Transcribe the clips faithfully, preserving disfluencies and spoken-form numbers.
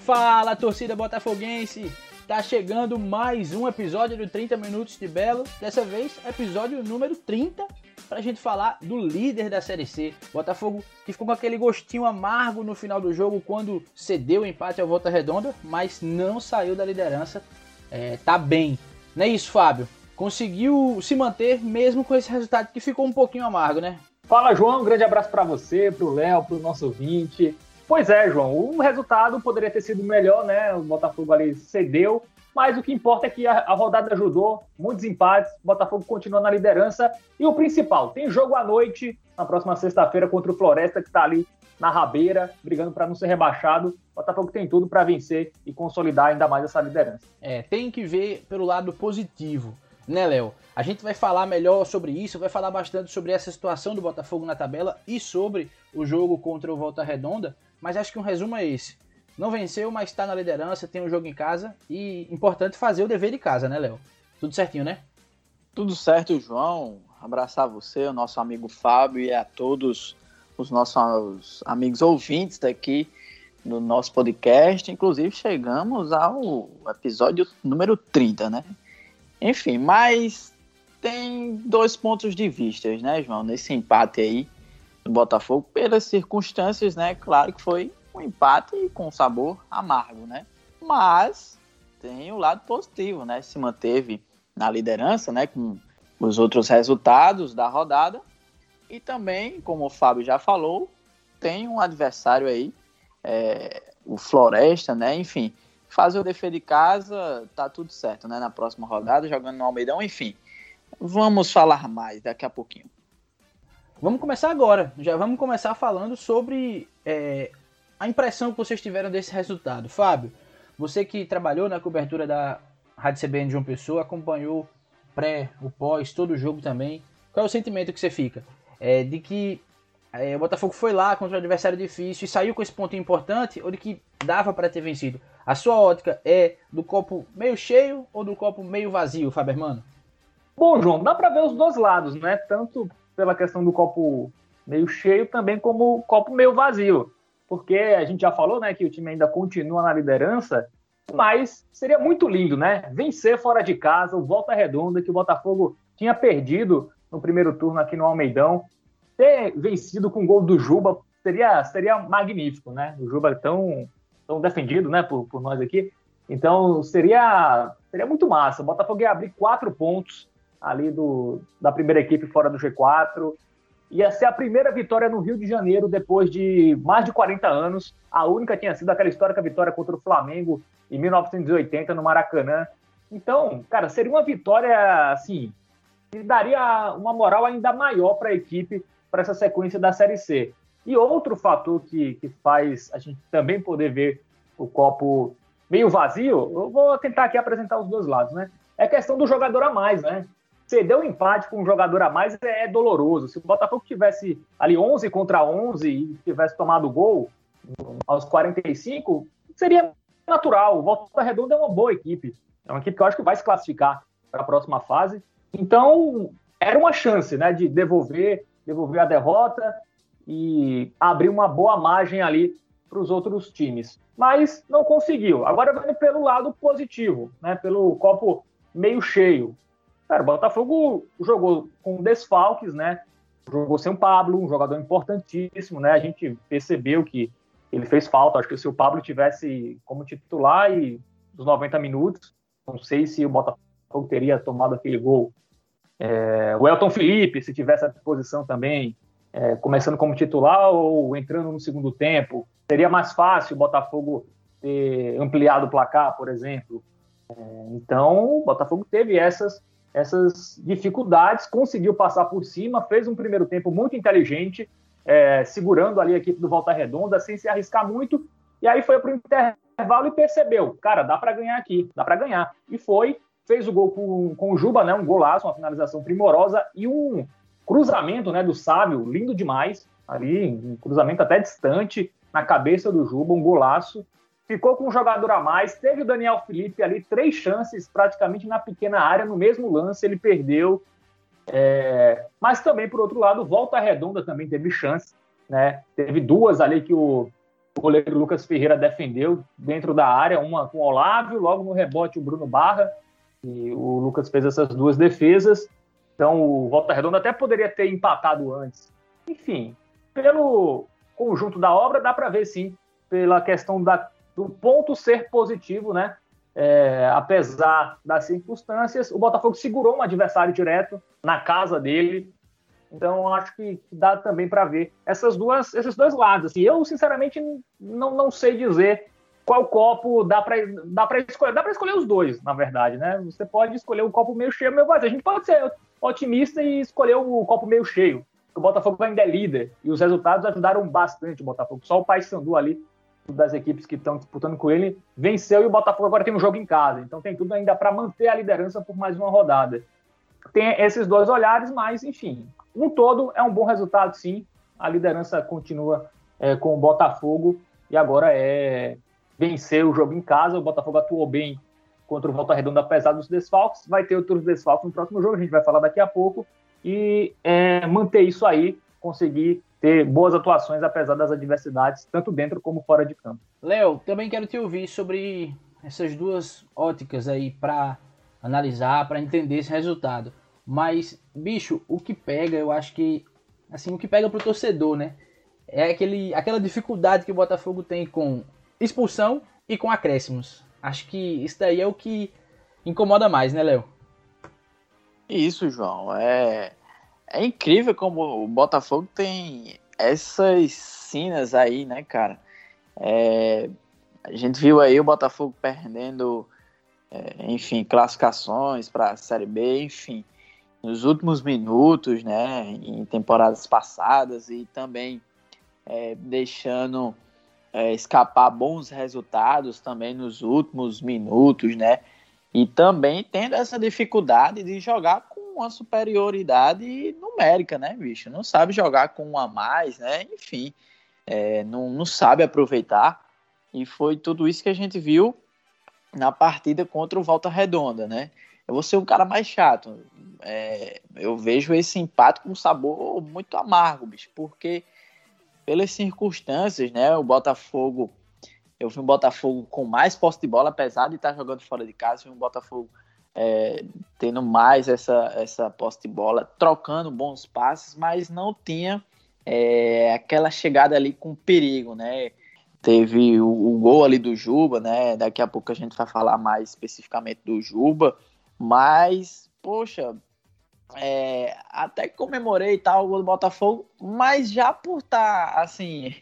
Fala, torcida botafoguense! Tá chegando mais um episódio do trinta Minutos de Belo. Dessa vez, episódio número trinta, pra gente falar do líder da Série C. Botafogo que ficou com aquele gostinho amargo no final do jogo quando cedeu o empate ao Volta Redonda, mas não saiu da liderança. É, tá bem. Não é isso, Fábio? Conseguiu se manter mesmo com esse resultado que ficou um pouquinho amargo, né? Fala, João. Um grande abraço pra você, pro Léo, pro nosso ouvinte. Pois é, João, o resultado poderia ter sido melhor, né? O Botafogo ali cedeu, mas o que importa é que a, a rodada ajudou, muitos empates, o Botafogo continua na liderança. E o principal, tem jogo à noite, na próxima sexta-feira, contra o Floresta, que está ali na rabeira, brigando para não ser rebaixado. O Botafogo tem tudo para vencer e consolidar ainda mais essa liderança. É, tem que ver pelo lado positivo, né, Léo? A gente vai falar melhor sobre isso, vai falar bastante sobre essa situação do Botafogo na tabela e sobre o jogo contra o Volta Redonda. Mas acho que um resumo é esse. Não venceu, mas está na liderança, tem um jogo em casa. E importante fazer o dever de casa, né, Léo? Tudo certinho, né? Tudo certo, João. Abraçar você, o nosso amigo Fábio e a todos os nossos amigos ouvintes daqui do nosso podcast. Inclusive, chegamos ao episódio número trinta, né? Enfim, mas tem dois pontos de vista, né, João? Nesse empate aí do Botafogo, pelas circunstâncias, né? Claro que foi um empate com sabor amargo, né? Mas tem o lado positivo, né? Se manteve na liderança, né? Com os outros resultados da rodada. E também, como o Fábio já falou, tem um adversário aí, é, o Floresta, né? Enfim, fazer o dever de casa, tá tudo certo, né? Na próxima rodada, jogando no Almeidão, enfim. Vamos falar mais daqui a pouquinho. Vamos começar agora, já vamos começar falando sobre é, a impressão que vocês tiveram desse resultado. Fábio, você que trabalhou na cobertura da Rádio C B N de João Pessoa, acompanhou o pré, o pós, todo o jogo também. Qual é o sentimento que você fica? É, de que é, o Botafogo foi lá contra um adversário difícil e saiu com esse ponto importante ou de que dava para ter vencido? A sua ótica é do copo meio cheio ou do copo meio vazio, Fábio Hermano? Bom, João, dá para ver os dois lados, né? Tanto pela questão do copo meio cheio, também como o copo meio vazio. Porque a gente já falou, né, que o time ainda continua na liderança, mas seria muito lindo, né? Vencer fora de casa, o Volta Redonda, que o Botafogo tinha perdido no primeiro turno aqui no Almeidão. Ter vencido com o gol do Juba seria, seria magnífico, né? O Juba é tão, tão defendido, né, por, por nós aqui. Então seria, seria muito massa. O Botafogo ia abrir quatro pontos ali do, da primeira equipe fora do G quatro. Ia ser a primeira vitória no Rio de Janeiro depois de mais de quarenta anos. A única tinha sido aquela histórica vitória contra o Flamengo em mil novecentos e oitenta no Maracanã. Então, cara, seria uma vitória, assim, que daria uma moral ainda maior para a equipe, para essa sequência da Série C. E outro fator que, que faz a gente também poder ver o copo meio vazio, eu vou tentar aqui apresentar os dois lados, né? É questão do jogador a mais, né? Ceder um empate com um jogador a mais é doloroso. Se o Botafogo tivesse ali onze contra onze e tivesse tomado gol aos quarenta e cinco, seria natural. O Volta Redonda é uma boa equipe. É uma equipe que eu acho que vai se classificar para a próxima fase. Então, era uma chance, né, de devolver, devolver a derrota e abrir uma boa margem ali para os outros times. Mas não conseguiu. Agora vendo pelo lado positivo, né, pelo copo meio cheio. Cara, o Botafogo jogou com desfalques, né? Jogou sem o Pablo, um jogador importantíssimo, né? A gente percebeu que ele fez falta. Acho que se o Pablo tivesse como titular e dos noventa minutos, não sei se o Botafogo teria tomado aquele gol. É, o Elton Felipe, se tivesse à disposição também, é, começando como titular ou entrando no segundo tempo, seria mais fácil o Botafogo ter ampliado o placar, por exemplo. É, então, o Botafogo teve essas essas dificuldades, conseguiu passar por cima, fez um primeiro tempo muito inteligente, é, segurando ali a equipe do Volta Redonda, sem se arriscar muito, e aí foi para o intervalo e percebeu, cara, dá para ganhar aqui, dá para ganhar. E foi, fez o gol com, com o Juba, né, um golaço, uma finalização primorosa, e um cruzamento, né, do Sábio, lindo demais, ali, um cruzamento até distante, na cabeça do Juba, um golaço. Ficou com um jogador a mais, teve o Daniel Felipe ali, três chances praticamente na pequena área, no mesmo lance ele perdeu, é... mas também, por outro lado, Volta Redonda também teve chance, né? Teve duas ali que o, goleiro Lucas Ferreira defendeu dentro da área, uma com o Olávio, logo no rebote o Bruno Barra, e o Lucas fez essas duas defesas. Então o Volta Redonda até poderia ter empatado antes. Enfim, pelo conjunto da obra, dá para ver sim, pela questão da, do ponto ser positivo, né? É, apesar das circunstâncias, o Botafogo segurou um adversário direto na casa dele. Então acho que dá também para ver essas duas, esses dois lados. Assim, eu sinceramente não, não sei dizer qual copo dá para dá para escolher. Dá para escolher os dois, na verdade, né? Você pode escolher o copo meio cheio ou meio vazio. A gente pode ser otimista e escolher o copo meio cheio. O Botafogo ainda é líder e os resultados ajudaram bastante o Botafogo. Só o Paysandu ali, das equipes que estão disputando com ele, venceu, e o Botafogo agora tem um jogo em casa. Então tem tudo ainda para manter a liderança por mais uma rodada. Tem esses dois olhares, mas enfim, um todo é um bom resultado, sim. A liderança continua é, com o Botafogo e agora é vencer o jogo em casa. O Botafogo atuou bem contra o Volta Redonda, apesar dos desfalques. Vai ter outros desfalques no próximo jogo, a gente vai falar daqui a pouco. E é, manter isso aí, conseguir ter boas atuações, apesar das adversidades, tanto dentro como fora de campo. Léo, também quero te ouvir sobre essas duas óticas aí para analisar, para entender esse resultado. Mas, bicho, o que pega, eu acho que, assim, o que pega pro torcedor, né? É aquele, aquela dificuldade que o Botafogo tem com expulsão e com acréscimos. Acho que isso daí é o que incomoda mais, né, Léo? Isso, João. É, é incrível como o Botafogo tem essas sinas aí, né, cara? É, a gente viu aí o Botafogo perdendo, é, enfim, classificações para a Série B, enfim, nos últimos minutos, né, em temporadas passadas, e também é, deixando é, escapar bons resultados também nos últimos minutos, né? E também tendo essa dificuldade de jogar com uma superioridade numérica, né, bicho? Não sabe jogar com um a mais, né? Enfim, é, não, não sabe aproveitar. E foi tudo isso que a gente viu na partida contra o Volta Redonda, né? Eu vou ser um cara mais chato. É, eu vejo esse empate com um sabor muito amargo, bicho, porque pelas circunstâncias, né? O Botafogo... Eu vi um Botafogo com mais posse de bola, apesar de estar jogando fora de casa. Eu vi um Botafogo é, tendo mais essa, essa posse de bola, trocando bons passes, mas não tinha é, aquela chegada ali com perigo, né? Teve o, o gol ali do Juba, né? Daqui a pouco a gente vai falar mais especificamente do Juba, mas, poxa, é, até que comemorei e tal o gol do Botafogo, mas já por estar, assim,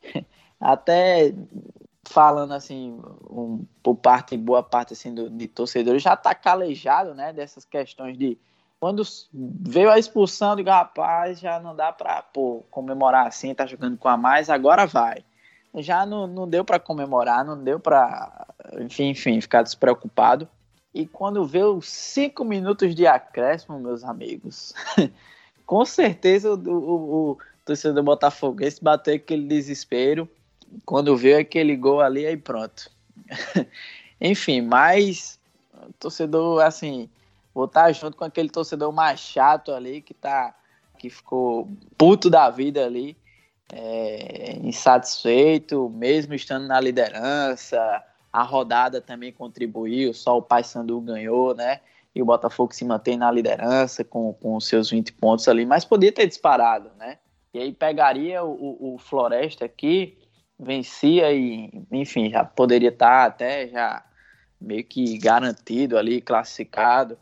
até... falando assim, um, por parte, boa parte assim, do, de torcedores, já tá calejado, né, dessas questões de quando veio a expulsão, digo, rapaz, já não dá pra pô, comemorar assim, tá jogando com a mais, agora vai. Já não, não deu pra comemorar, não deu pra, enfim, enfim, ficar despreocupado. E quando veio cinco minutos de acréscimo, meus amigos, com certeza o, o, o torcedor botafoguense bateu aquele desespero. Quando veio aquele gol ali, aí pronto. Enfim, mas o torcedor, assim, vou estar junto com aquele torcedor mais chato ali, que, tá, que ficou puto da vida ali, é, insatisfeito, mesmo estando na liderança. A rodada também contribuiu, só o Paysandu ganhou, né? E o Botafogo se mantém na liderança com, com os seus vinte pontos ali, mas podia ter disparado, né? E aí pegaria o, o Floresta aqui, vencia e, enfim, já poderia estar até já meio que garantido ali, classificado.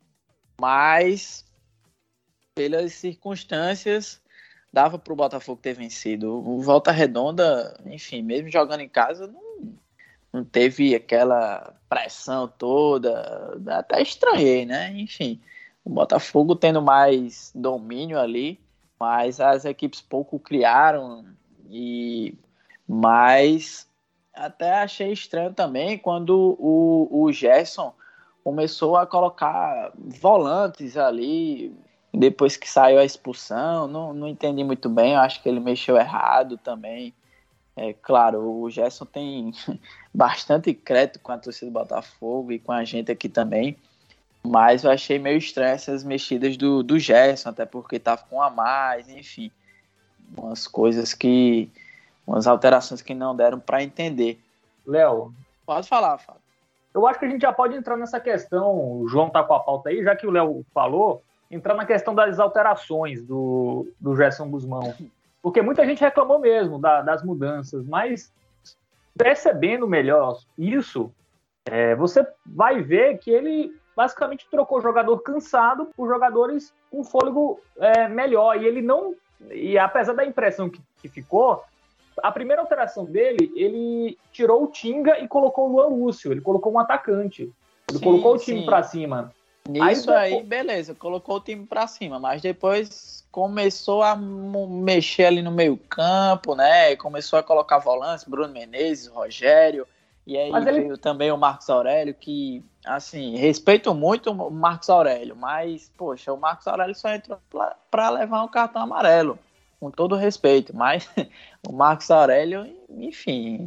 Mas, pelas circunstâncias, dava para o Botafogo ter vencido. O Volta Redonda, enfim, mesmo jogando em casa, não, não teve aquela pressão toda. Até estranhei, né? Enfim, o Botafogo tendo mais domínio ali, mas as equipes pouco criaram e... Mas até achei estranho também quando o, o Gerson começou a colocar volantes ali, depois que saiu a expulsão. Não, não entendi muito bem, eu acho que ele mexeu errado também. É claro, o Gerson tem bastante crédito com a torcida do Botafogo e com a gente aqui também, mas eu achei meio estranho essas mexidas do, do Gerson, até porque estava com a mais, enfim, umas coisas que umas alterações que não deram para entender. Léo, pode falar, Fábio. Eu acho que a gente já pode entrar nessa questão, o João tá com a pauta aí, já que o Léo falou, entrar na questão das alterações do, do Gerson Guzmão. Porque muita gente reclamou mesmo da, das mudanças, mas percebendo melhor isso, é, você vai ver que ele basicamente trocou jogador cansado por jogadores com fôlego é, melhor. E ele não. E apesar da impressão que, que ficou, a primeira alteração dele, ele tirou o Tinga e colocou o Luan Lúcio. Ele colocou um atacante. Ele sim, colocou o time para cima. Isso aí, aí, beleza, colocou o time para cima, mas depois começou a mexer ali no meio campo, né? Começou a colocar volantes, Bruno Menezes, Rogério, e aí mas veio ele... também o Marcos Aurélio, que, assim, respeito muito o Marcos Aurélio, mas, poxa, o Marcos Aurélio só entrou para levar um cartão amarelo, com todo respeito, mas o Marcos Aurélio, enfim...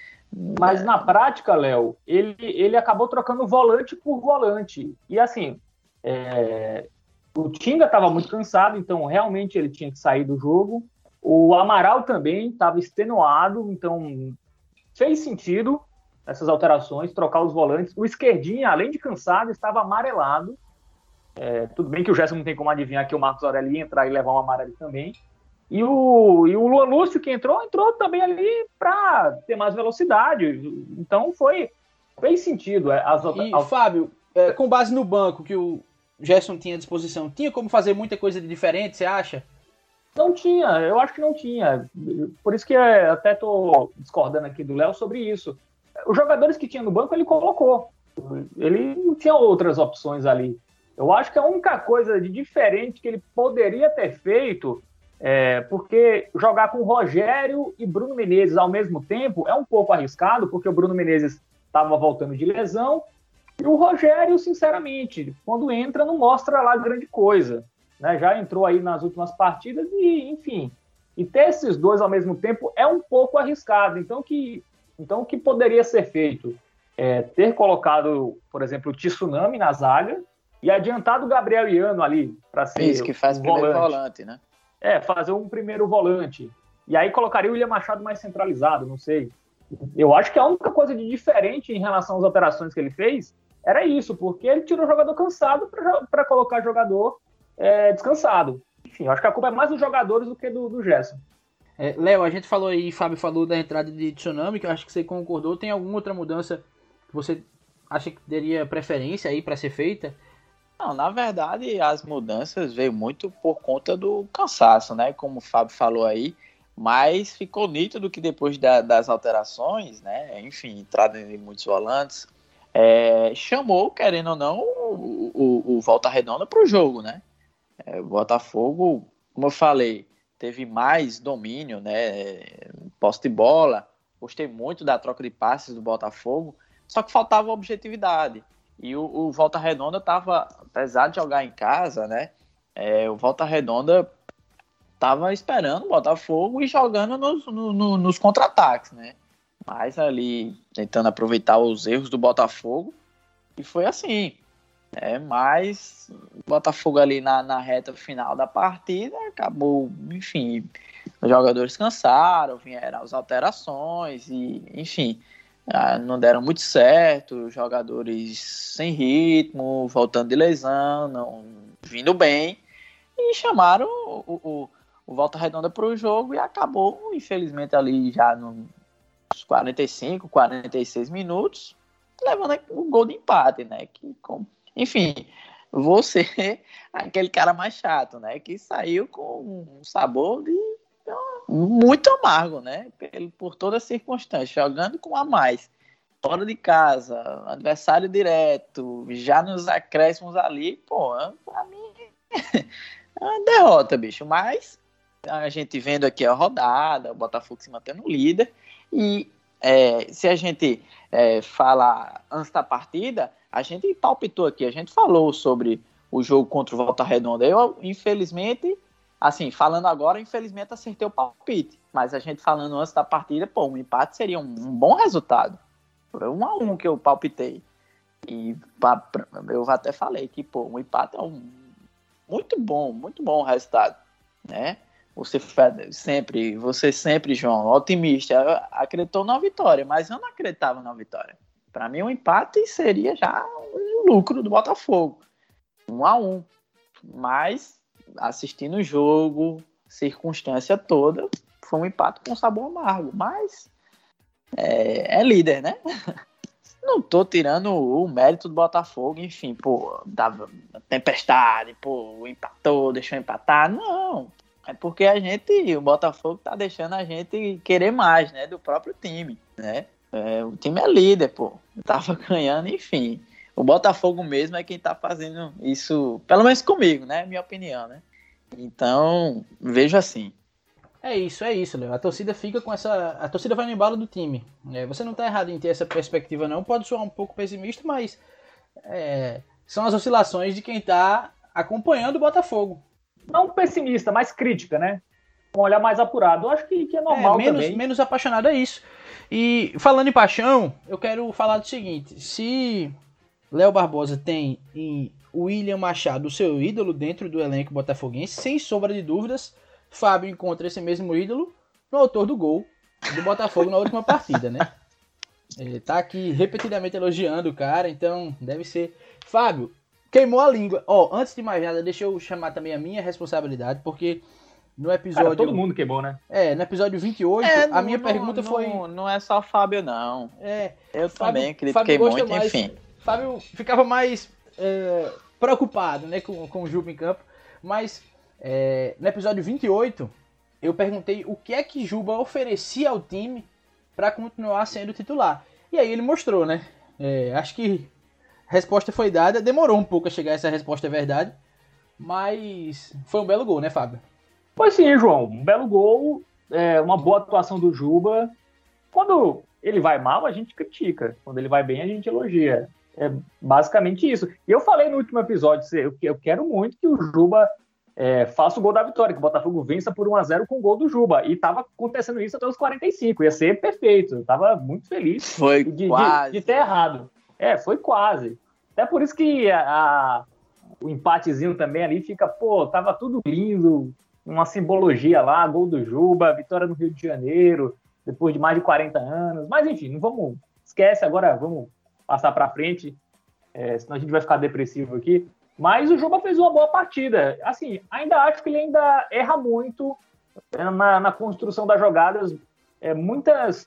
Mas na prática, Léo, ele, ele acabou trocando volante por volante. E assim, é... o Tinga estava muito cansado, então realmente ele tinha que sair do jogo. O Amaral também estava extenuado, então fez sentido essas alterações, trocar os volantes. O Esquerdinha, além de cansado, estava amarelado. É... Tudo bem que o Gerson não tem como adivinhar que o Marcos Aurélio ia entrar e levar um amarelo também. E o, e o Luan Lúcio, que entrou, entrou também ali para ter mais velocidade. Então, foi, fez sentido. As, e, as... Fábio, é, com base no banco que o Gerson tinha à disposição, tinha como fazer muita coisa de diferente, você acha? Não tinha, eu acho que não tinha. Por isso que eu até estou discordando aqui do Léo sobre isso. Os jogadores que tinha no banco, ele colocou. Ele não tinha outras opções ali. Eu acho que a única coisa de diferente que ele poderia ter feito... É, porque jogar com Rogério e Bruno Menezes ao mesmo tempo é um pouco arriscado, porque o Bruno Menezes estava voltando de lesão e o Rogério, sinceramente, quando entra não mostra lá grande coisa, né? Já entrou aí nas últimas partidas e, enfim, e ter esses dois ao mesmo tempo é um pouco arriscado. Então, que, então o que poderia ser feito é ter colocado, por exemplo, o Tsunami na zaga e adiantado o Gabriel Iano ali para ser isso que faz um primeiro volante. volante, né? É, fazer um primeiro volante. E aí colocaria o William Machado mais centralizado, não sei. Eu acho que a única coisa de diferente em relação às alterações que ele fez era isso, porque ele tirou o jogador cansado para colocar jogador é, descansado. Enfim, eu acho que a culpa é mais dos jogadores do que do, do Gerson. É, Léo, a gente falou aí, Fábio falou da entrada de Tsunami, que eu acho que você concordou. Tem alguma outra mudança que você acha que teria preferência aí para ser feita? Não, na verdade, as mudanças veio muito por conta do cansaço, né? Como o Fábio falou aí, mas ficou nítido que depois da, das alterações, né? Enfim, entrada de muitos volantes, é, chamou, querendo ou não, o, o, o Volta Redonda para o jogo, né? É, o Botafogo, como eu falei, teve mais domínio, né? Posse de bola, gostei muito da troca de passes do Botafogo, só que faltava objetividade. E o, o Volta Redonda estava, apesar de jogar em casa, né? É, o Volta Redonda estava esperando o Botafogo e jogando nos, no, no, nos contra-ataques, né? Mas ali tentando aproveitar os erros do Botafogo. E foi assim. Né? Mas o Botafogo ali na, na reta final da partida acabou, enfim, os jogadores cansaram, vieram as alterações e, enfim... Ah, não deram muito certo, jogadores sem ritmo, voltando de lesão, não vindo bem, e chamaram o, o, o Volta Redonda para o jogo e acabou, infelizmente, ali já nos quarenta e cinco, quarenta e seis minutos, levando o gol de empate, né? Que, com, enfim, você, aquele cara mais chato, né? Que saiu com um sabor de muito amargo, né? Por toda a circunstância, jogando com a mais, fora de casa, adversário direto, já nos acréscimos ali, pô, pra mim é uma derrota, bicho. Mas a gente vendo aqui a rodada, o Botafogo se mantendo líder, e é, se a gente é, falar antes da partida, a gente palpitou aqui, a gente falou sobre o jogo contra o Volta Redonda. Eu, infelizmente... Assim, falando agora, infelizmente acertei o palpite. Mas a gente falando antes da partida, pô, um empate seria um, um bom resultado. Foi um a um que eu palpitei. E pra, pra, eu até falei que, pô, um empate é um muito bom, muito bom resultado, né? você sempre, você sempre, João, otimista, acreditou na vitória, mas eu não acreditava na vitória. Para mim, um empate seria já um lucro do Botafogo. Um a um. Mas, assistindo o jogo, circunstância toda, foi um empate com sabor amargo. Mas, é, é líder, né? Não tô tirando o mérito do Botafogo, enfim, pô, dava tempestade, pô, empatou, deixou empatar. Não, é porque a gente, o Botafogo tá deixando a gente querer mais, né, do próprio time, né? É, o time é líder, pô, tava ganhando, enfim. O Botafogo mesmo é quem tá fazendo isso, pelo menos comigo, né, minha opinião, né? Então, vejo assim. É isso, é isso, Léo. A torcida fica com essa... A torcida vai no embalo do time. É, você não tá errado em ter essa perspectiva, não. Pode soar um pouco pessimista, mas é, são as oscilações de quem tá acompanhando o Botafogo. Não pessimista, mas crítica, né? Um olhar mais apurado. Eu acho que, que é normal é, menos, também. Menos apaixonado é isso. E falando em paixão, eu quero falar do seguinte. Se Léo Barbosa tem em William Machado o seu ídolo dentro do elenco botafoguense, sem sombra de dúvidas, Fábio encontra esse mesmo ídolo no autor do gol do Botafogo na última partida, né? Ele tá aqui repetidamente elogiando o cara, então deve ser... Fábio, queimou a língua. Ó, antes de mais nada, deixa eu chamar também a minha responsabilidade, porque no episódio... Cara, todo mundo queimou, né? É, no episódio vinte e oito, é, a minha não, pergunta não, foi... Não é só Fábio, não. É, eu Fábio, também critiquei Fábio gosta muito, mais, enfim. Fábio ficava mais é, preocupado, né, com, com o Juba em campo, mas... É, no episódio vinte e oito, eu perguntei o que é que Juba oferecia ao time para continuar sendo titular. E aí ele mostrou, né? É, acho que a resposta foi dada. Demorou um pouco a chegar essa resposta, é verdade. Mas foi um belo gol, né, Fábio? Pois sim, João. Um belo gol, é, uma boa atuação do Juba. Quando ele vai mal, a gente critica. Quando ele vai bem, a gente elogia. É basicamente isso. E eu falei no último episódio, eu quero muito que o Juba... É, faça o gol da vitória, que o Botafogo vença por um a zero com o gol do Juba. E tava acontecendo isso até os quarenta e cinco. Ia ser perfeito. Eu tava muito feliz foi de, quase. De, de ter errado. É, foi quase. Até por isso que a, a, o empatezinho também ali fica, pô, tava tudo lindo, uma simbologia lá, gol do Juba, vitória no Rio de Janeiro, depois de mais de quarenta anos. Mas enfim, não vamos... Esquece agora, vamos passar pra frente, é, senão a gente vai ficar depressivo aqui. Mas o Juba fez uma boa partida. Assim, ainda acho que ele ainda erra muito na, na construção das jogadas. É, muitas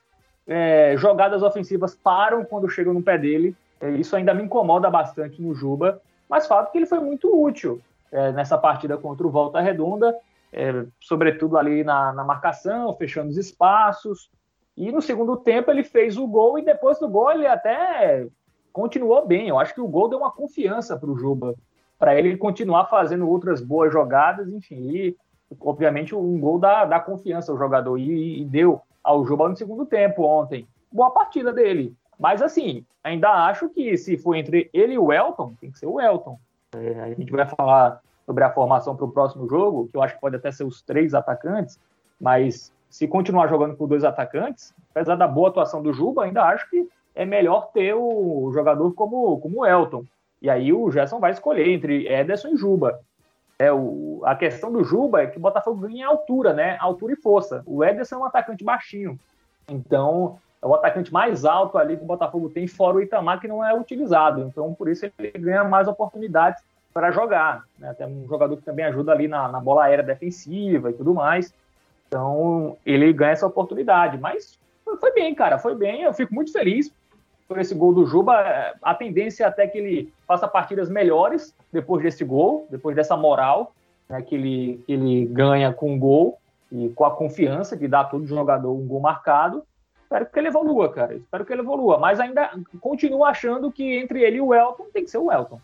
é, jogadas ofensivas param quando chegam no pé dele. É, isso ainda me incomoda bastante no Juba. Mas fato que ele foi muito útil é, nessa partida contra o Volta Redonda. É, sobretudo ali na, na marcação, fechando os espaços. E no segundo tempo ele fez o gol. E depois do gol ele até continuou bem. Eu acho que o gol deu uma confiança para o Juba, para ele continuar fazendo outras boas jogadas, enfim, e obviamente um gol dá, dá confiança ao jogador, e, e deu ao Juba no segundo tempo ontem. Boa partida dele, mas assim, ainda acho que se for entre ele e o Elton, tem que ser o Elton. É, a gente vai falar sobre a formação para o próximo jogo, que eu acho que pode até ser os três atacantes, mas se continuar jogando com dois atacantes, apesar da boa atuação do Juba, ainda acho que é melhor ter o jogador como, como o Elton. E aí o Gerson vai escolher entre Ederson e Juba. É, o, a questão do Juba é que o Botafogo ganha altura, né? Altura e força. O Ederson é um atacante baixinho. Então, é o atacante mais alto ali que o Botafogo tem, fora o Itamar, que não é utilizado. Então, por isso ele ganha mais oportunidades para jogar, né? Tem um jogador que também ajuda ali na, na bola aérea defensiva e tudo mais. Então, ele ganha essa oportunidade. Mas foi bem, cara. Foi bem. Eu fico muito feliz por esse gol do Juba. A tendência é até que ele faça partidas melhores depois desse gol, depois dessa moral, né, que, ele, que ele ganha com o gol e com a confiança de dar a todo jogador um gol marcado. Espero que ele evolua, cara. Espero que ele evolua. Mas ainda continuo achando que entre ele e o Elton tem que ser o Elton.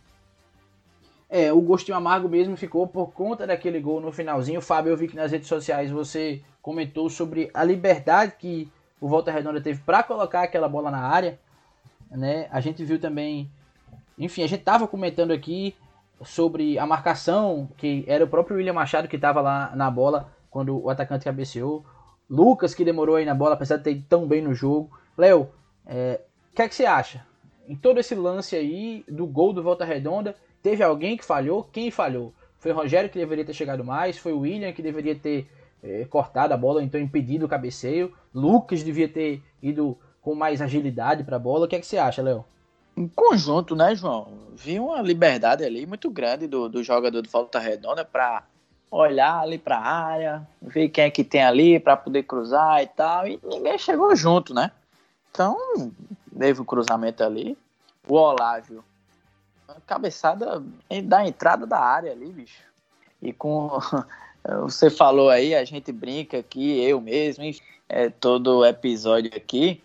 É, o gostinho amargo mesmo ficou por conta daquele gol no finalzinho. Fábio, eu vi que nas redes sociais você comentou sobre a liberdade que o Volta Redonda teve para colocar aquela bola na área, né? A gente viu também, enfim, a gente tava comentando aqui sobre a marcação, que era o próprio William Machado que tava lá na bola quando o atacante cabeceou, Lucas que demorou aí na bola, apesar de ter ido tão bem no jogo. Léo, é, o que é que você acha? Em todo esse lance aí do gol do Volta Redonda, teve alguém que falhou? Quem falhou? Foi o Rogério que deveria ter chegado mais? Foi o William que deveria ter é, cortado a bola, então impedido o cabeceio. Lucas devia ter ido com mais agilidade para a bola. O que é que você acha, Léo? Em conjunto, né, João? Vi uma liberdade ali muito grande do, do jogador do Volta Redonda para olhar ali para a área, ver quem é que tem ali para poder cruzar e tal, e ninguém chegou junto, né? Então, teve o cruzamento ali. O Olávio, uma cabeçada da entrada da área ali, bicho. E com... Você falou aí, a gente brinca aqui, eu mesmo, enfim, é, todo episódio aqui,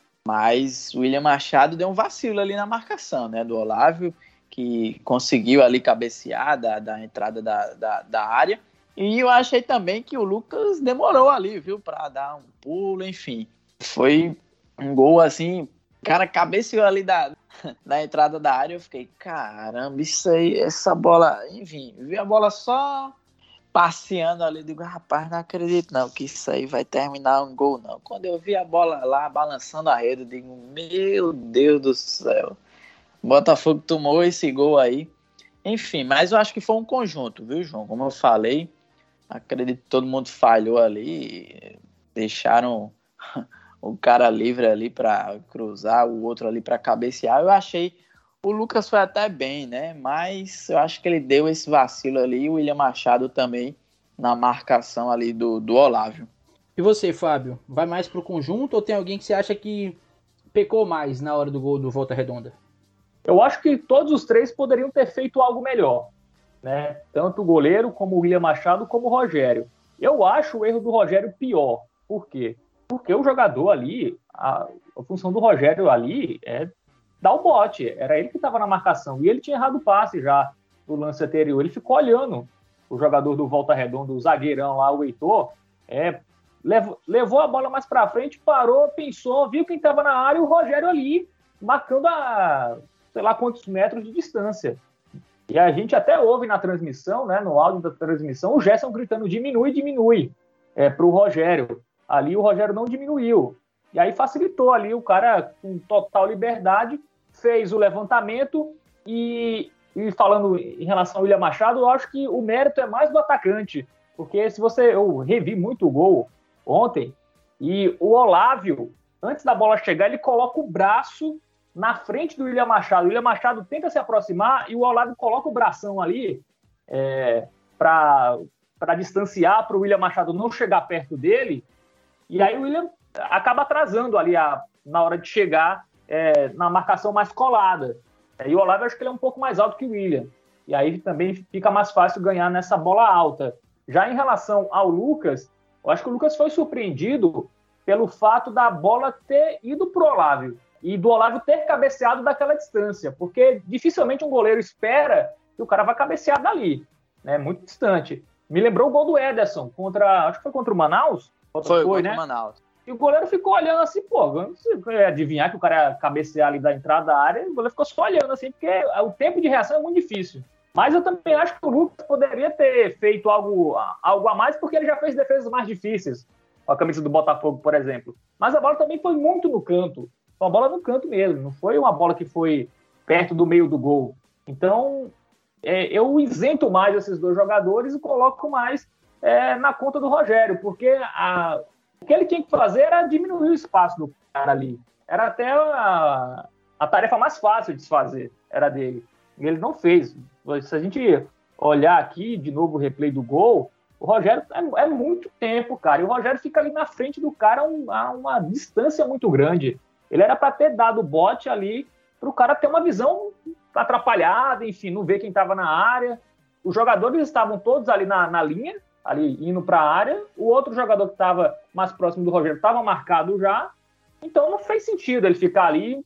mas o William Machado deu um vacilo ali na marcação, né, do Olávio, que conseguiu ali cabecear da, da entrada da, da, da área, e eu achei também que o Lucas demorou ali, viu, para dar um pulo, enfim, foi um gol assim, cara, cabeceou ali da, da entrada da área, eu fiquei, caramba, isso aí, essa bola, enfim, vi a bola só passeando ali, digo, rapaz, não acredito não, que isso aí vai terminar um gol não. Quando eu vi a bola lá, balançando a rede, eu digo, meu Deus do céu, o Botafogo tomou esse gol aí. Enfim, mas eu acho que foi um conjunto, viu, João? Como eu falei, acredito que todo mundo falhou ali, deixaram o cara livre ali para cruzar, o outro ali para cabecear. Eu achei, o Lucas foi até bem, né? Mas eu acho que ele deu esse vacilo ali, o William Machado também na marcação ali do, do Olávio. E você, Fábio? Vai mais pro conjunto ou tem alguém que você acha que pecou mais na hora do gol do Volta Redonda? Eu acho que todos os três poderiam ter feito algo melhor, né? Tanto o goleiro, como o William Machado, como o Rogério. Eu acho o erro do Rogério pior. Por quê? Porque o jogador ali, a, a função do Rogério ali é dar o bote. Era ele que estava na marcação. E ele tinha errado o passe já no lance anterior. Ele ficou olhando o jogador do Volta Redonda, o zagueirão lá, o Heitor, é, levou, levou a bola mais para frente, parou, pensou, viu quem estava na área e o Rogério ali, marcando a sei lá quantos metros de distância. E a gente até ouve na transmissão, né, no áudio da transmissão, o Gerson gritando diminui, diminui, é, para o Rogério. Ali o Rogério não diminuiu. E aí facilitou ali, o cara com total liberdade fez o levantamento e, e falando em relação ao William Machado, eu acho que o mérito é mais do atacante, porque se você, eu revi muito o gol ontem, e o Olávio, antes da bola chegar, ele coloca o braço na frente do William Machado. O William Machado tenta se aproximar e o Olávio coloca o bração ali é, para distanciar, para o William Machado não chegar perto dele, e aí o William acaba atrasando ali a, na hora de chegar é, na marcação mais colada. E o Olávio, acho que ele é um pouco mais alto que o William. E aí também fica mais fácil ganhar nessa bola alta. Já em relação ao Lucas, eu acho que o Lucas foi surpreendido pelo fato da bola ter ido pro Olávio e do Olávio ter cabeceado daquela distância, porque dificilmente um goleiro espera que o cara vai cabecear dali, né? Muito distante. Me lembrou o gol do Ederson, contra, acho que foi contra o Manaus? Foi, foi contra né? o Manaus. E o goleiro ficou olhando assim, pô, não sei adivinhar que o cara ia cabecear ali da entrada da área, o goleiro ficou só olhando assim, porque o tempo de reação é muito difícil. Mas eu também acho que o Lucas poderia ter feito algo, algo a mais, porque ele já fez defesas mais difíceis, com a camisa do Botafogo, por exemplo. Mas a bola também foi muito no canto, foi uma bola no canto mesmo, não foi uma bola que foi perto do meio do gol. Então, é, eu isento mais esses dois jogadores e coloco mais é, na conta do Rogério, porque a... o que ele tinha que fazer era diminuir o espaço do cara ali. Era até a, a tarefa mais fácil de se fazer, era dele. E ele não fez. Se a gente olhar aqui, de novo, o replay do gol, o Rogério é, é muito tempo, cara. E o Rogério fica ali na frente do cara a, um, a uma distância muito grande. Ele era para ter dado o bote ali para o cara ter uma visão atrapalhada, enfim, não ver quem estava na área. Os jogadores estavam todos ali na, na linha, ali indo para a área, o outro jogador que estava mais próximo do Rogério estava marcado já, então não fez sentido ele ficar ali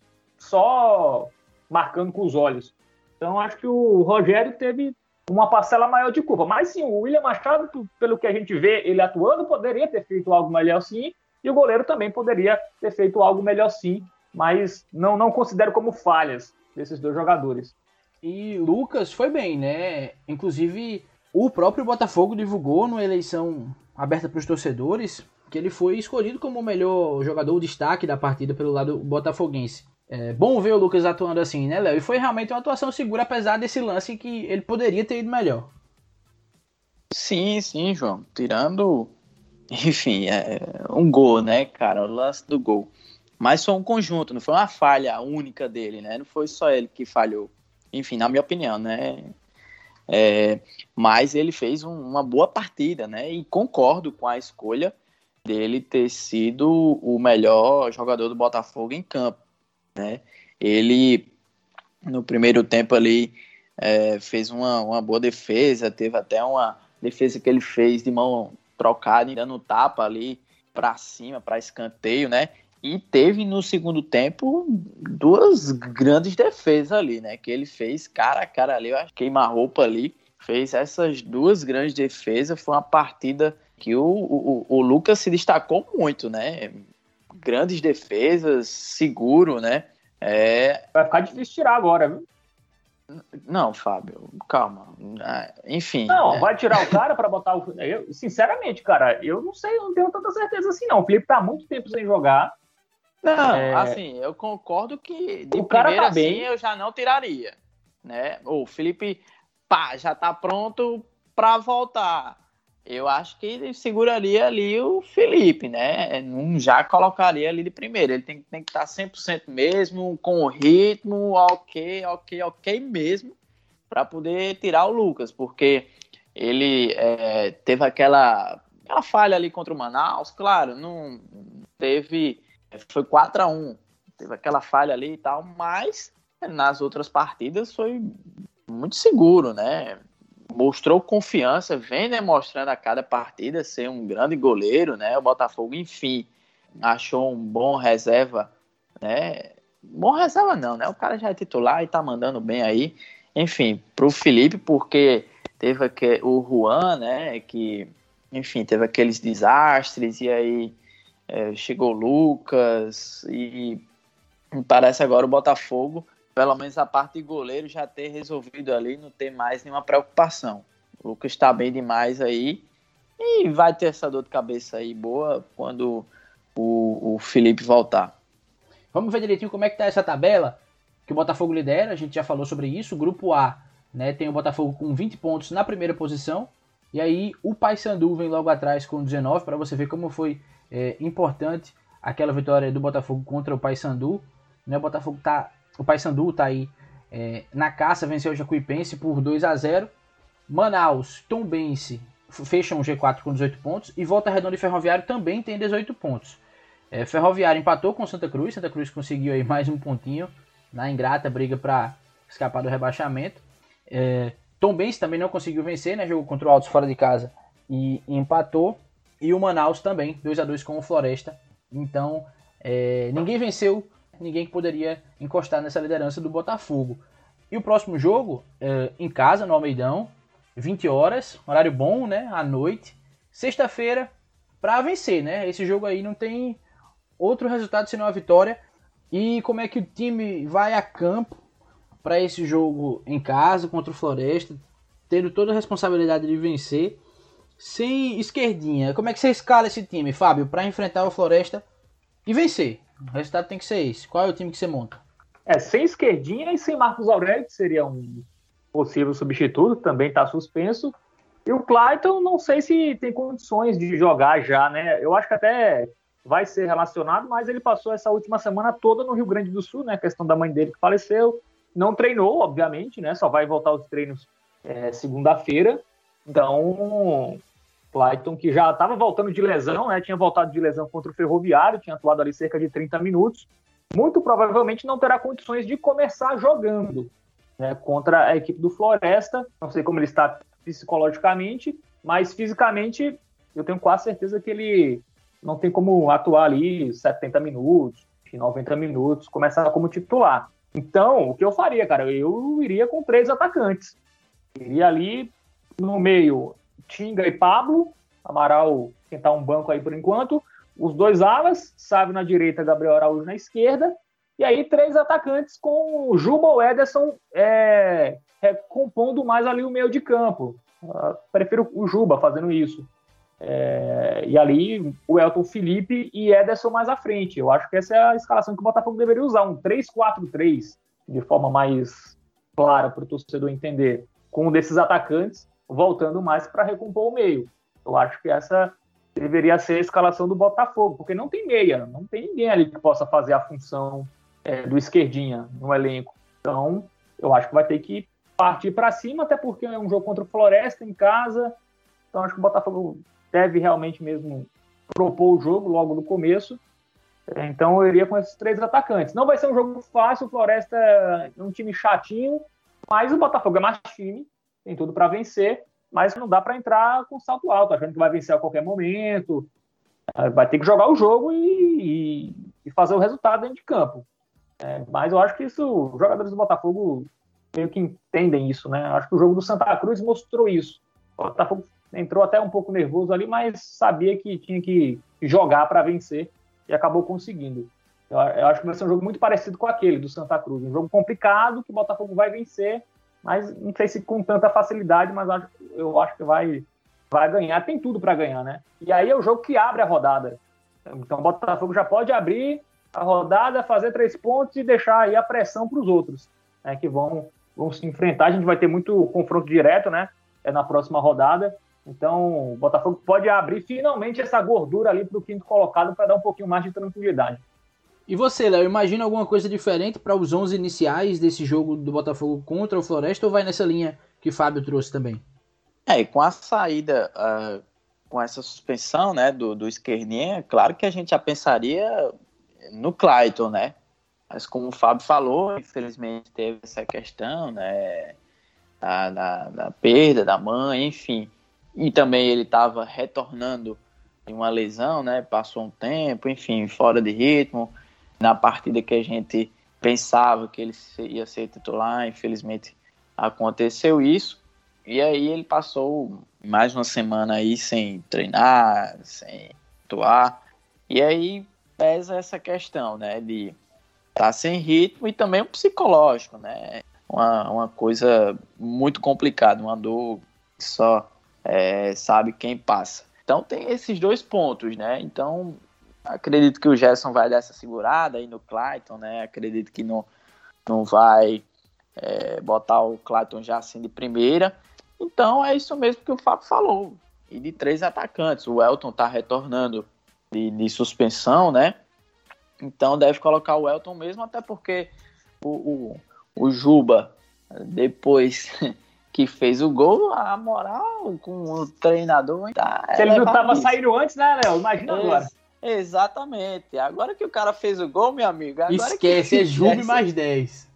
só marcando com os olhos. Então acho que o Rogério teve uma parcela maior de culpa, mas sim, o William Machado, pelo que a gente vê ele atuando, poderia ter feito algo melhor sim, e o goleiro também poderia ter feito algo melhor sim, mas não, não considero como falhas desses dois jogadores. E o Lucas foi bem, né? Inclusive o próprio Botafogo divulgou numa eleição aberta para os torcedores que ele foi escolhido como o melhor jogador, o destaque da partida pelo lado botafoguense. É bom ver o Lucas atuando assim, né, Léo? E foi realmente uma atuação segura, apesar desse lance que ele poderia ter ido melhor. Sim, sim, João. Tirando enfim, é um gol, né, cara, o lance do gol. Mas foi um conjunto, não foi uma falha única dele, né, não foi só ele que falhou. Enfim, na minha opinião, né, é, mas ele fez um, uma boa partida, né, e concordo com a escolha dele ter sido o melhor jogador do Botafogo em campo, né, ele no primeiro tempo ali é, fez uma, uma boa defesa, teve até uma defesa que ele fez de mão trocada, dando tapa ali para cima, para escanteio, né? E teve no segundo tempo duas grandes defesas ali, né? Que ele fez cara a cara ali, eu acho, queima-roupa ali, fez essas duas grandes defesas. Foi uma partida que o, o, o Lucas se destacou muito, né? Grandes defesas, seguro, né? É... Vai ficar difícil tirar agora, viu? Não, Fábio, calma. Enfim. Não, é... vai tirar o cara para botar o. Eu, sinceramente, cara, eu não sei, eu não tenho tanta certeza assim, não. O Felipe tá há muito tempo sem jogar. Não, é... assim, eu concordo que de o cara primeira tá bem. assim, eu já não tiraria, né? O Felipe, pá, já tá pronto para voltar. Eu acho que ele seguraria ali o Felipe, né? Não já colocaria ali de primeira. Ele tem, tem que estar cem por cento mesmo, com o ritmo, ok, ok, ok mesmo, para poder tirar o Lucas, porque ele é, teve aquela, aquela falha ali contra o Manaus, claro, não teve, foi quatro a um, teve aquela falha ali e tal, mas nas outras partidas foi muito seguro, né? Mostrou confiança, vem demonstrando a cada partida ser um grande goleiro, né? O Botafogo, enfim, achou um bom reserva, né? Bom reserva não, né? O cara já é titular e tá mandando bem aí. Enfim, pro Felipe, porque teve aquele, o Juan, né? Que, enfim, teve aqueles desastres e aí é, chegou o Lucas e parece agora o Botafogo, pelo menos a parte de goleiro já ter resolvido ali, não ter mais nenhuma preocupação. O Lucas está bem demais aí e vai ter essa dor de cabeça aí boa quando o, o Felipe voltar. Vamos ver direitinho como é que tá essa tabela que o Botafogo lidera, a gente já falou sobre isso. O grupo A, né, tem o Botafogo com vinte pontos na primeira posição, e aí o Paysandu vem logo atrás com dezenove, para você ver como foi é, importante aquela vitória do Botafogo contra o Paysandu. Né, o Botafogo tá O Paysandu está aí é, na caça, venceu o Jacuipense por dois a zero. Manaus, Tombense fecham o G quatro com dezoito pontos. E Volta Redonda e Ferroviário também tem dezoito pontos. É, Ferroviário empatou com Santa Cruz. Santa Cruz conseguiu aí mais um pontinho na ingrata briga para escapar do rebaixamento. É, Tombense também não conseguiu vencer, né? Jogou contra o Altos fora de casa e, e empatou. E o Manaus também, dois a dois com o Floresta. Então, é, ninguém venceu. Ninguém que poderia encostar nessa liderança do Botafogo. E o próximo jogo, é, em casa, no Almeidão, vinte horas, horário bom, né, à noite, sexta-feira, para vencer, né? Esse jogo aí não tem outro resultado senão a vitória. E como é que o time vai a campo para esse jogo em casa, contra o Floresta, tendo toda a responsabilidade de vencer, sem esquerdinha? Como é que você escala esse time, Fábio, para enfrentar o Floresta e vencer? O resultado tem que ser esse. Qual é o time que você monta? É, sem esquerdinha e sem Marcos Aurélio, que seria um possível substituto, também está suspenso. E o Clayton, não sei se tem condições de jogar já, né? Eu acho que até vai ser relacionado, mas ele passou essa última semana toda no Rio Grande do Sul, né? A questão da mãe dele que faleceu. Não treinou, obviamente, né? Só vai voltar aos treinos é, segunda-feira. Então, Clayton, que já estava voltando de lesão, né? Tinha voltado de lesão contra o Ferroviário, tinha atuado ali cerca de trinta minutos. Muito provavelmente não terá condições de começar jogando, né, contra a equipe do Floresta. Não sei como ele está psicologicamente, mas fisicamente eu tenho quase certeza que ele não tem como atuar ali setenta minutos, noventa minutos, começar como titular. Então, o que eu faria, cara? Eu iria com três atacantes. Iria ali no meio Tinga e Pablo, Amaral tentar um banco aí por enquanto, os dois alas, Sávio na direita, Gabriel Araújo na esquerda, e aí três atacantes com o Juba ou Ederson é, recompondo mais ali o meio de campo. Uh, prefiro o Juba fazendo isso. É, e ali o Elton Felipe e Ederson mais à frente. Eu acho que essa é a escalação que o Botafogo deveria usar, um três quatro três, de forma mais clara para o torcedor entender, com um desses atacantes voltando mais para recompor o meio. Eu acho que essa deveria ser a escalação do Botafogo, porque não tem meia, não tem ninguém ali que possa fazer a função é, do esquerdinha no elenco. Então, eu acho que vai ter que partir para cima, até porque é um jogo contra o Floresta em casa. Então, acho que o Botafogo deve realmente mesmo propor o jogo logo no começo. Então, eu iria com esses três atacantes. Não vai ser um jogo fácil, o Floresta é um time chatinho, mas o Botafogo é mais time, tem tudo para vencer, mas não dá para entrar com salto alto, achando que vai vencer a qualquer momento. Vai ter que jogar o jogo e, e, e fazer o resultado dentro de campo. É, mas eu acho que isso, os jogadores do Botafogo meio que entendem isso, né? Acho que o jogo do Santa Cruz mostrou isso. O Botafogo entrou até um pouco nervoso ali, mas sabia que tinha que jogar para vencer e acabou conseguindo. Eu, eu acho que vai ser um jogo muito parecido com aquele do Santa Cruz. Um jogo complicado que o Botafogo vai vencer, mas não sei se com tanta facilidade, mas acho, eu acho que vai, vai ganhar. Tem tudo para ganhar, né? E aí é o jogo que abre a rodada. Então o Botafogo já pode abrir a rodada, fazer três pontos e deixar aí a pressão para os outros, né, que vão, vão se enfrentar. A gente vai ter muito confronto direto, né? É na próxima rodada. Então o Botafogo pode abrir finalmente essa gordura ali para o quinto colocado para dar um pouquinho mais de tranquilidade. E você, Léo, imagina alguma coisa diferente para os onze iniciais desse jogo do Botafogo contra o Floresta ou vai nessa linha que o Fábio trouxe também? É, e com a saída, uh, com essa suspensão, né, do, do esquerdinha, claro que a gente já pensaria no Clayton, né? Mas como o Fábio falou, infelizmente teve essa questão, né, da, da, da perda da mãe, enfim. E também ele estava retornando de uma lesão, né? Passou um tempo, enfim, fora de ritmo. Na partida que a gente pensava que ele ia ser titular, infelizmente aconteceu isso. E aí ele passou mais uma semana aí sem treinar, sem atuar. E aí pesa essa questão, né? De estar tá sem ritmo e também o psicológico, né? Uma, uma coisa muito complicada, uma dor que só é, sabe quem passa. Então tem esses dois pontos, né? Então acredito que o Gerson vai dar essa segurada aí no Clayton, né? Acredito que não, não vai é, botar o Clayton já assim de primeira. Então é isso mesmo que o Fábio falou. E de três atacantes. O Elton tá retornando de, de suspensão, né? Então deve colocar o Elton mesmo, até porque o, o, o Juba, depois que fez o gol, a moral com o treinador... Tá, Se ele não tava saindo antes, né, Léo? Imagina é, agora. Exatamente. Agora que o cara fez o gol, meu amigo... Agora esquece, que... é Juba mais dez.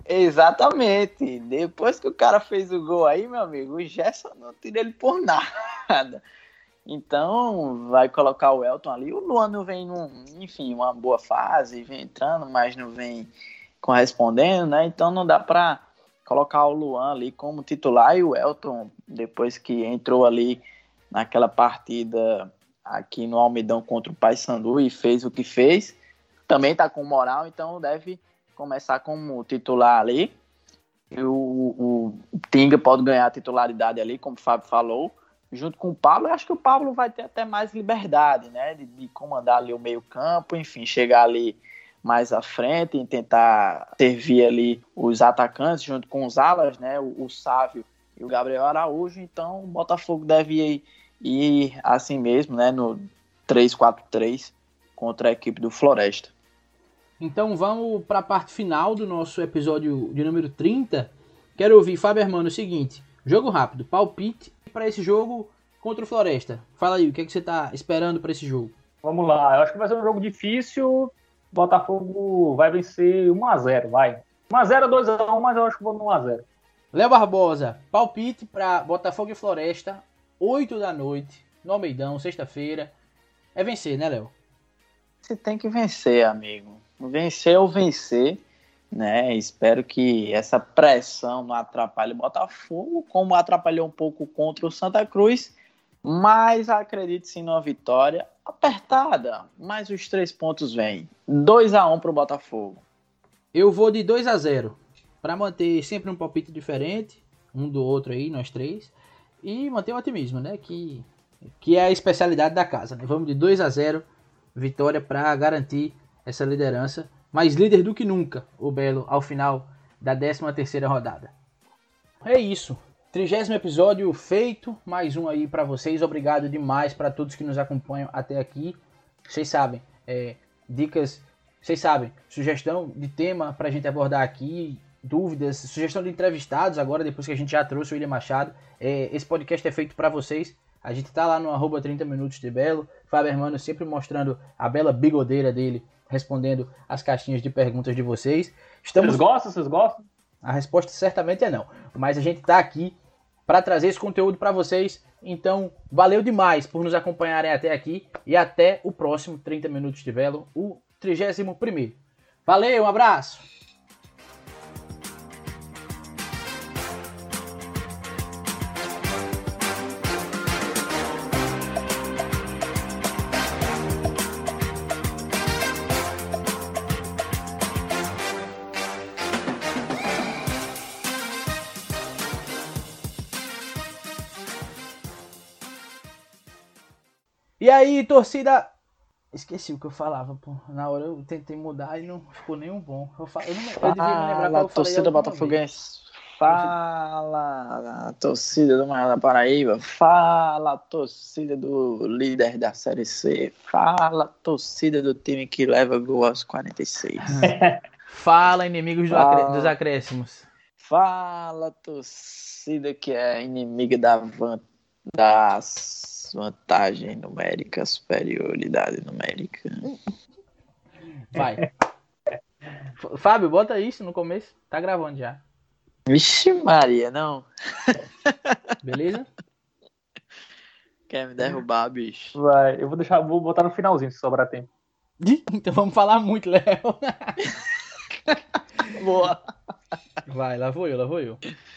Exatamente. Depois que o cara fez o gol aí, meu amigo, o Gerson não tira ele por nada. Então, vai colocar o Elton ali. O Luan não vem, num, enfim, uma boa fase, vem entrando, mas não vem correspondendo, né? Então, não dá pra colocar o Luan ali como titular. E o Elton, depois que entrou ali naquela partida aqui no Almidão contra o Paysandu e fez o que fez, também tá com moral, então deve começar como titular ali. E o, o, o Tinga pode ganhar a titularidade ali, como o Fábio falou, junto com o Pablo. Eu acho que o Pablo vai ter até mais liberdade, né, de, de comandar ali o meio campo, enfim, chegar ali mais à frente e tentar servir ali os atacantes junto com os alas, né, o, o Sávio e o Gabriel Araújo. Então o Botafogo deve ir, ir assim mesmo, né, no três quatro três contra a equipe do Floresta. Então vamos para a parte final do nosso episódio de número trinta. Quero ouvir, Fábio Hermano, o seguinte: jogo rápido, palpite para esse jogo contra o Floresta. Fala aí, o que, é que você está esperando para esse jogo? Vamos lá, eu acho que vai ser um jogo difícil. Botafogo vai vencer um a zero, vai. um a zero, dois a um, mas eu acho que vou no um a zero. Léo Barbosa, palpite para Botafogo e Floresta, oito da noite, no Almeidão, sexta-feira. É vencer, né, Léo? Você tem que vencer, amigo. Vencer ou vencer, né? Espero que essa pressão não atrapalhe o Botafogo, como atrapalhou um pouco contra o Santa Cruz, mas acredito sim numa vitória apertada, mas os três pontos vêm. dois a um para o Botafogo. Eu vou de dois a zero, para manter sempre um palpite diferente, um do outro aí, nós três, e manter o otimismo, né? Que, que é a especialidade da casa, né? Vamos de dois a zero, vitória para garantir essa liderança, mais líder do que nunca, o Belo, ao final da décima terceira rodada. É isso. Trigésimo episódio feito, mais um aí pra vocês. Obrigado demais pra todos que nos acompanham até aqui. Vocês sabem, é, dicas, vocês sabem, sugestão de tema pra gente abordar aqui, dúvidas, sugestão de entrevistados agora, depois que a gente já trouxe o William Machado. É, esse podcast é feito pra vocês. A gente tá lá no arroba trinta minutos de Belo. Fábio Hermano sempre mostrando a bela bigodeira dele, respondendo as caixinhas de perguntas de vocês. Estamos... Vocês gostam? Vocês gostam? A resposta certamente é não. Mas a gente tá aqui para trazer esse conteúdo para vocês. Então, valeu demais por nos acompanharem até aqui. E até o próximo trinta minutos de Belo, o trigésimo primeiro. Valeu, um abraço! E aí, torcida... Esqueci o que eu falava, pô. Na hora eu tentei mudar e não ficou nenhum bom. Eu, fa... eu, não... eu devia me lembrar qual eu falei. Torcida Botafoguense. Fala, torcida do Maior da Paraíba. Fala, torcida do líder da Série C. Fala, torcida do time que leva gol aos quarenta e seis. Fala, inimigos do Fala. acré... dos acréscimos. Fala, torcida que é inimiga da van... das vantagem numérica, superioridade numérica. Vai. Fábio, bota isso no começo. Tá gravando já. Vixe Maria, não. Beleza? Quer me derrubar, bicho? Vai, eu vou deixar, vou botar no finalzinho se sobrar tempo. Então vamos falar muito, Léo. Boa. Vai, lá vou eu, lá vou eu.